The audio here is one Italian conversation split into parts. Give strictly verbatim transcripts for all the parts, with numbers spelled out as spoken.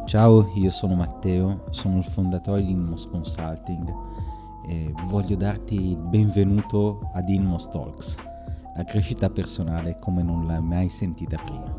Ciao, io sono Matteo, sono il fondatore di Inmos Consulting e voglio darti il benvenuto ad Inmos Talks, la crescita personale come non l'hai mai sentita prima.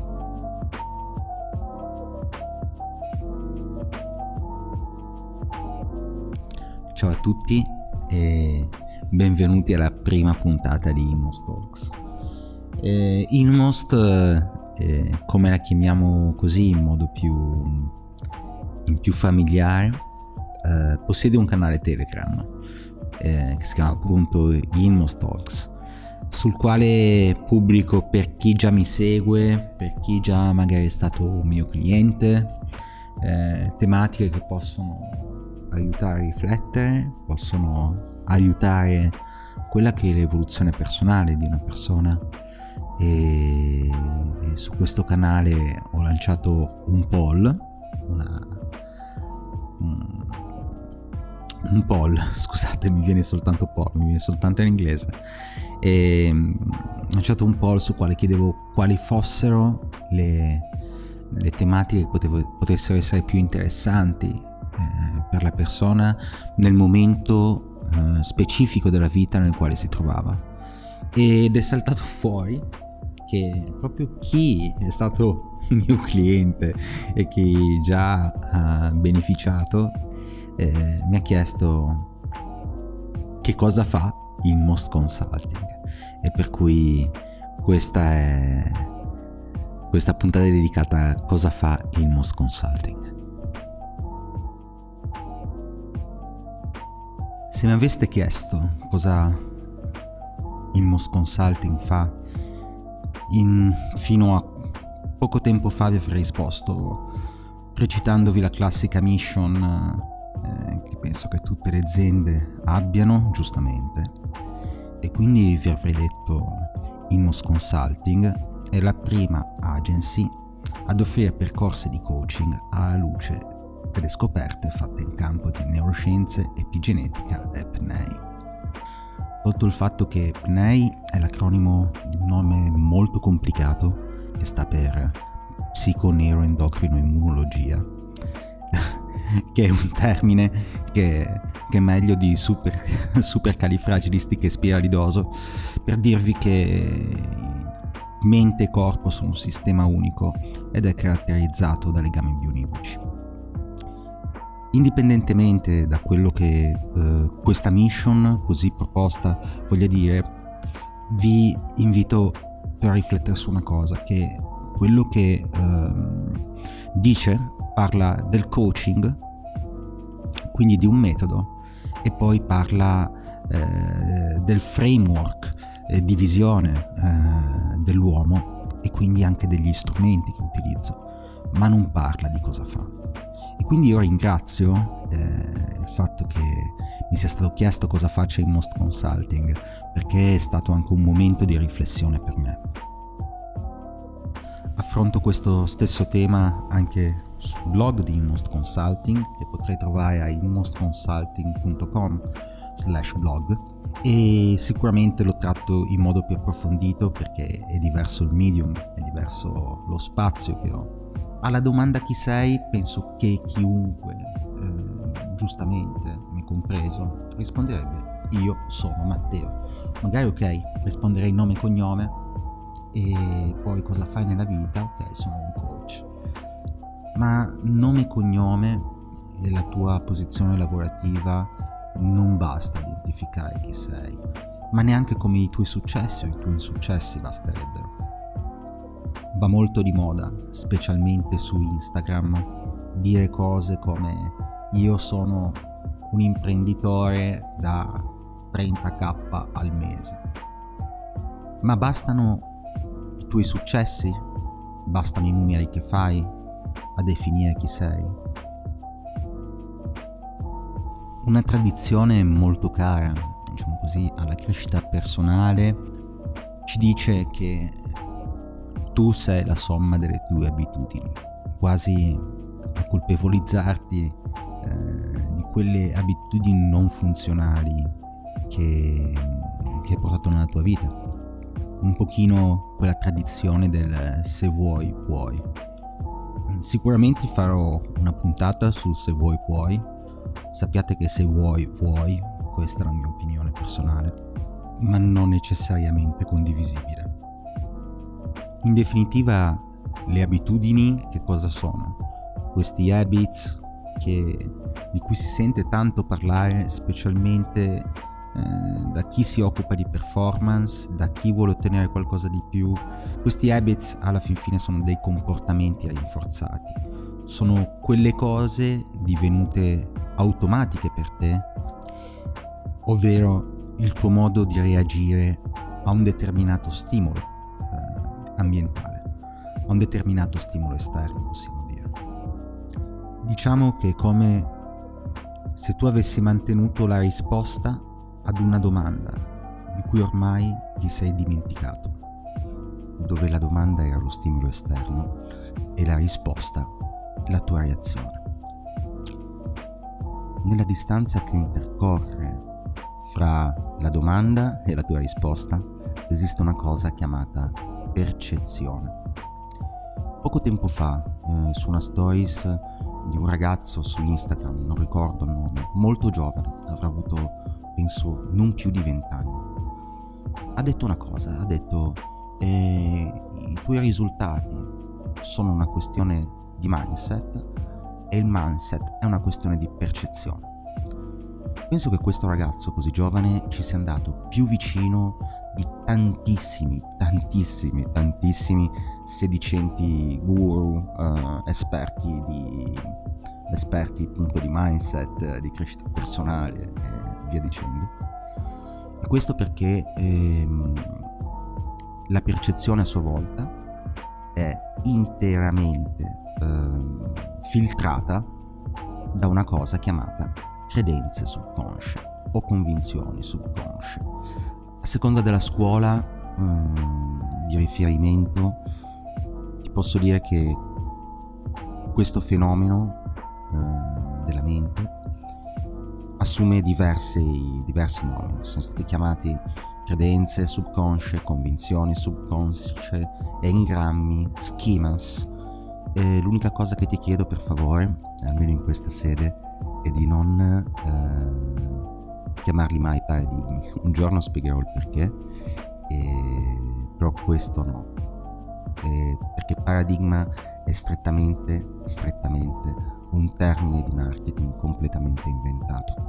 Ciao a tutti e benvenuti alla prima puntata di Inmos Talks. Eh, Inmost, eh, come la chiamiamo così in modo più, in più familiare, eh, possiede un canale Telegram eh, che si chiama appunto Inmost Talks, sul quale pubblico, per chi già mi segue, per chi già magari è stato un mio cliente, eh, tematiche che possono aiutare a riflettere, possono aiutare quella che è l'evoluzione personale di una persona. E su questo canale ho lanciato un poll, una, un, un poll, scusate, mi viene soltanto poll, mi viene soltanto in inglese. E ho lanciato un poll su quale chiedevo quali fossero le, le tematiche che potevo, potessero essere più interessanti eh, per la persona nel momento eh, specifico della vita nel quale si trovava. Ed è saltato fuori che proprio chi è stato mio cliente e chi già ha beneficiato eh, mi ha chiesto che cosa fa Inmos Consulting, e per cui questa è questa puntata è dedicata a cosa fa Inmos Consulting. Se mi aveste chiesto cosa Inmos Consulting fa, In, fino a poco tempo fa vi avrei risposto recitandovi la classica mission eh, che penso che tutte le aziende abbiano, giustamente, e quindi vi avrei detto Inmos Consulting è la prima agency ad offrire percorsi di coaching alla luce delle scoperte fatte in campo di neuroscienze, epigenetica e P N E I. Tolto il fatto che P N E I è l'acronimo di un nome molto complicato che sta per psiconeuroendocrinoimmunologia, che è un termine che, che è meglio di super, supercalifragilistichespiralidoso per dirvi che mente e corpo sono un sistema unico ed è caratterizzato da legami bionivoci. Indipendentemente da quello che eh, questa mission così proposta voglia dire, vi invito a riflettere su una cosa, che quello che eh, dice parla del coaching, quindi di un metodo, e poi parla eh, del framework eh, di visione eh, dell'uomo e quindi anche degli strumenti che utilizzo, ma non parla di cosa fa. E quindi io ringrazio eh, il fatto che mi sia stato chiesto cosa faccia Inmos Consulting, perché è stato anche un momento di riflessione per me. Affronto questo stesso tema anche sul blog di Inmos Consulting, che potrei trovare a inmosconsulting punto com slash blog, e sicuramente lo tratto in modo più approfondito perché è diverso il medium, è diverso lo spazio che ho. Alla domanda chi sei, penso che chiunque, eh, giustamente, me compreso, risponderebbe io sono Matteo. Magari ok, risponderei nome e cognome e poi cosa fai nella vita, ok, sono un coach. Ma nome e cognome e la tua posizione lavorativa non basta a identificare chi sei, ma neanche come i tuoi successi o i tuoi insuccessi basterebbero. Va molto di moda, specialmente su Instagram, dire cose come io sono un imprenditore da trenta k al mese. Ma bastano i tuoi successi? Bastano i numeri che fai a definire chi sei? Una tradizione molto cara, diciamo così, alla crescita personale ci dice che tu sei la somma delle tue abitudini, quasi a colpevolizzarti eh, di quelle abitudini non funzionali che, che hai portato nella tua vita. Un pochino quella tradizione del se vuoi, puoi. sicuramente farò una puntata sul se vuoi puoi. Sappiate che se vuoi vuoi, questa è la mia opinione personale, ma non necessariamente condivisibile. In definitiva, le abitudini che cosa sono? Questi habits che, di cui si sente tanto parlare, specialmente eh, da chi si occupa di performance, da chi vuole ottenere qualcosa di più. Questi habits alla fin fine sono dei comportamenti rinforzati, sono quelle cose divenute automatiche per te, ovvero il tuo modo di reagire a un determinato stimolo eh, ambientale, a un determinato stimolo esterno, possiamo dire. Diciamo che è come se tu avessi mantenuto la risposta ad una domanda di cui ormai ti sei dimenticato, dove la domanda era lo stimolo esterno e la risposta la tua reazione. Nella distanza che intercorre fra la domanda e la tua risposta esiste una cosa chiamata percezione. Poco tempo fa, eh, su una stories di un ragazzo su Instagram, non ricordo il nome, molto giovane, avrà avuto penso non più di vent'anni, ha detto una cosa, ha detto eh, i tuoi risultati sono una questione di mindset e il mindset è una questione di percezione. Penso che questo ragazzo così giovane ci sia andato più vicino di tantissimi, tantissimi, tantissimi sedicenti guru, uh, esperti di esperti appunto di mindset, di crescita personale e via dicendo. E questo perché ehm, la percezione a sua volta è interamente ehm, filtrata da una cosa chiamata credenze subconsce o convinzioni subconsce. A seconda della scuola ehm, di riferimento ti posso dire che questo fenomeno eh, della mente assume diversi, diversi nomi. Sono stati chiamati credenze subconsce, convinzioni subconsce, engrammi, schemas. E l'unica cosa che ti chiedo, per favore, almeno in questa sede, è di non eh, chiamarli mai paradigmi. Un giorno spiegherò il perché, e... però questo no. E... perché paradigma è strettamente, strettamente un termine di marketing completamente inventato.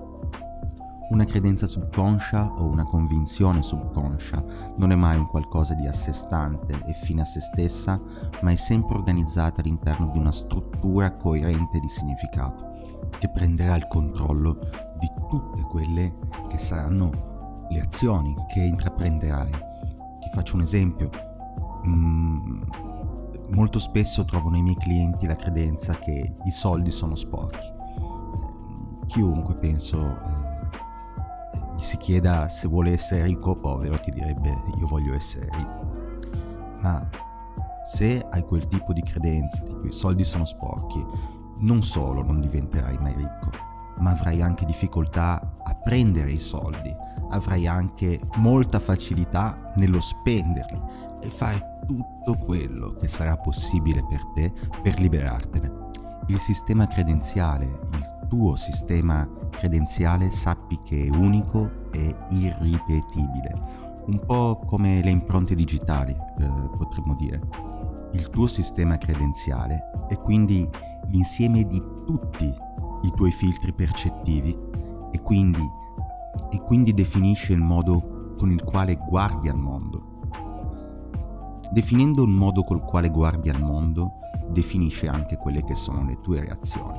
Una credenza subconscia o una convinzione subconscia non è mai un qualcosa di a sé stante e fine a se stessa, ma è sempre organizzata all'interno di una struttura coerente di significato, che prenderà il controllo di tutte quelle che saranno le azioni che intraprenderai. Ti faccio un esempio. Mm, molto spesso trovo nei miei clienti la credenza che i soldi sono sporchi. Eh, chiunque, penso, eh, gli si chieda se vuole essere ricco o povero, ti direbbe io voglio essere ricco. Ma se hai quel tipo di credenza, tipo i soldi sono sporchi, non solo non diventerai mai ricco, ma avrai anche difficoltà a prendere i soldi, avrai anche molta facilità nello spenderli e fare tutto quello che sarà possibile per te per liberartene. Il sistema credenziale, il tuo sistema credenziale, sappi che è unico e irripetibile, un po' come le impronte digitali, eh, potremmo dire. Il tuo sistema credenziale è quindi l'insieme di tutti i tuoi filtri percettivi e quindi, e quindi definisce il modo con il quale guardi al mondo. Definendo il modo col quale guardi al mondo, definisce anche quelle che sono le tue reazioni.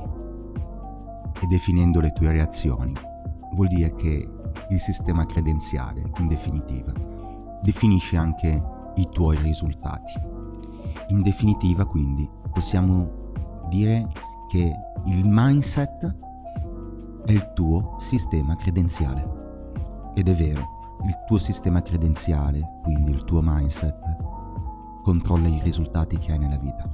E definendo le tue reazioni, vuol dire che il sistema credenziale, in definitiva, definisce anche i tuoi risultati. In definitiva, quindi, possiamo dire che il mindset è il tuo sistema credenziale. Ed è vero, il tuo sistema credenziale, quindi il tuo mindset, controlla i risultati che hai nella vita.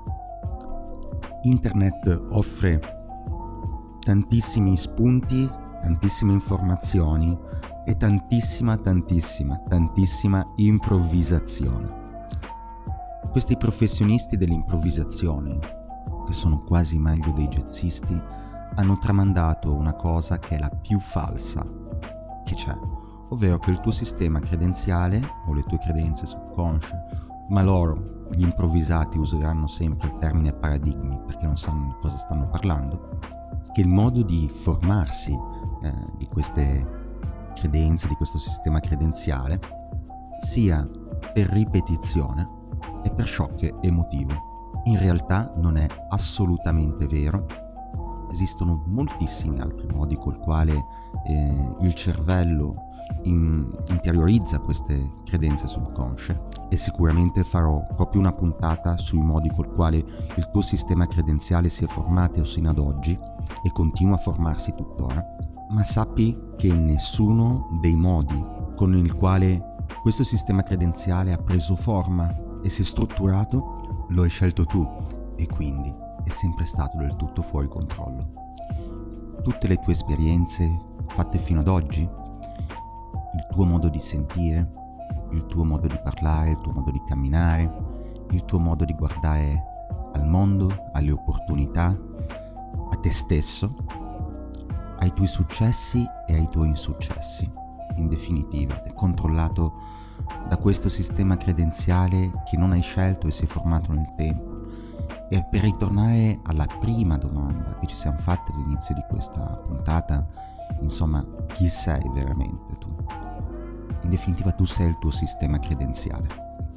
Internet offre tantissimi spunti, tantissime informazioni e tantissima, tantissima, tantissima improvvisazione. Questi professionisti dell'improvvisazione che sono quasi meglio dei jazzisti, hanno tramandato una cosa che è la più falsa che c'è, ovvero che il tuo sistema credenziale o le tue credenze subconsce, ma loro, gli improvvisati, useranno sempre il termine paradigmi perché non sanno di cosa stanno parlando, che il modo di formarsi eh, di queste credenze, di questo sistema credenziale, sia per ripetizione e per shock emotivo. In realtà non è assolutamente vero. Esistono moltissimi altri modi col quale eh, il cervello in, interiorizza queste credenze subconsce, e sicuramente farò proprio una puntata sui modi col quale il tuo sistema credenziale si è formato sino ad oggi e continua a formarsi tuttora. Ma sappi che nessuno dei modi con il quale questo sistema credenziale ha preso forma e si è strutturato lo hai scelto tu, e quindi è sempre stato del tutto fuori controllo. Tutte le tue esperienze fatte fino ad oggi, il tuo modo di sentire, il tuo modo di parlare, il tuo modo di camminare, il tuo modo di guardare al mondo, alle opportunità, a te stesso, ai tuoi successi e ai tuoi insuccessi, in definitiva, è controllato da questo sistema credenziale che non hai scelto e si è formato nel tempo. E per ritornare alla prima domanda che ci siamo fatti all'inizio di questa puntata, insomma, chi sei veramente tu? In definitiva, tu sei il tuo sistema credenziale,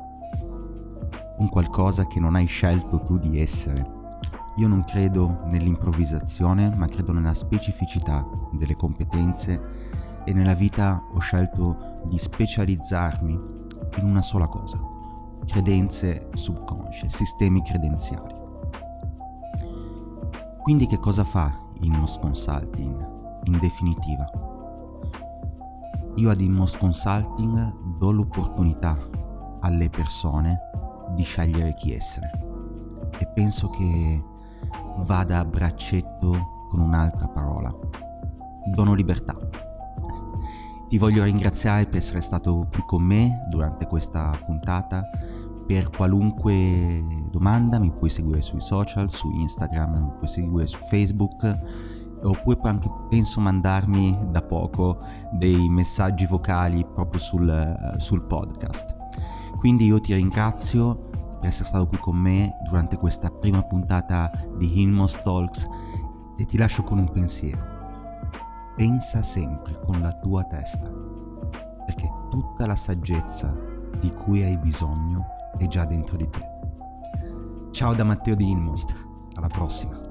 un qualcosa che non hai scelto tu di essere. Io non credo nell'improvvisazione, ma credo nella specificità delle competenze, e nella vita ho scelto di specializzarmi in una sola cosa: credenze subconsce, sistemi credenziali. Quindi che cosa fa Inmost Consulting? In definitiva, io ad Inmost Consulting do l'opportunità alle persone di scegliere chi essere, e penso che vada a braccetto con un'altra parola: dono libertà. Ti voglio ringraziare per essere stato qui con me durante questa puntata. Per qualunque domanda mi puoi seguire sui social, su Instagram, mi puoi seguire su Facebook, oppure puoi anche, penso, mandarmi da poco dei messaggi vocali proprio sul, sul podcast. Quindi io ti ringrazio per essere stato qui con me durante questa prima puntata di Inmost Talks, e ti lascio con un pensiero: pensa sempre con la tua testa, perché tutta la saggezza di cui hai bisogno è già dentro di te. Ciao da Matteo di Inmost, alla prossima.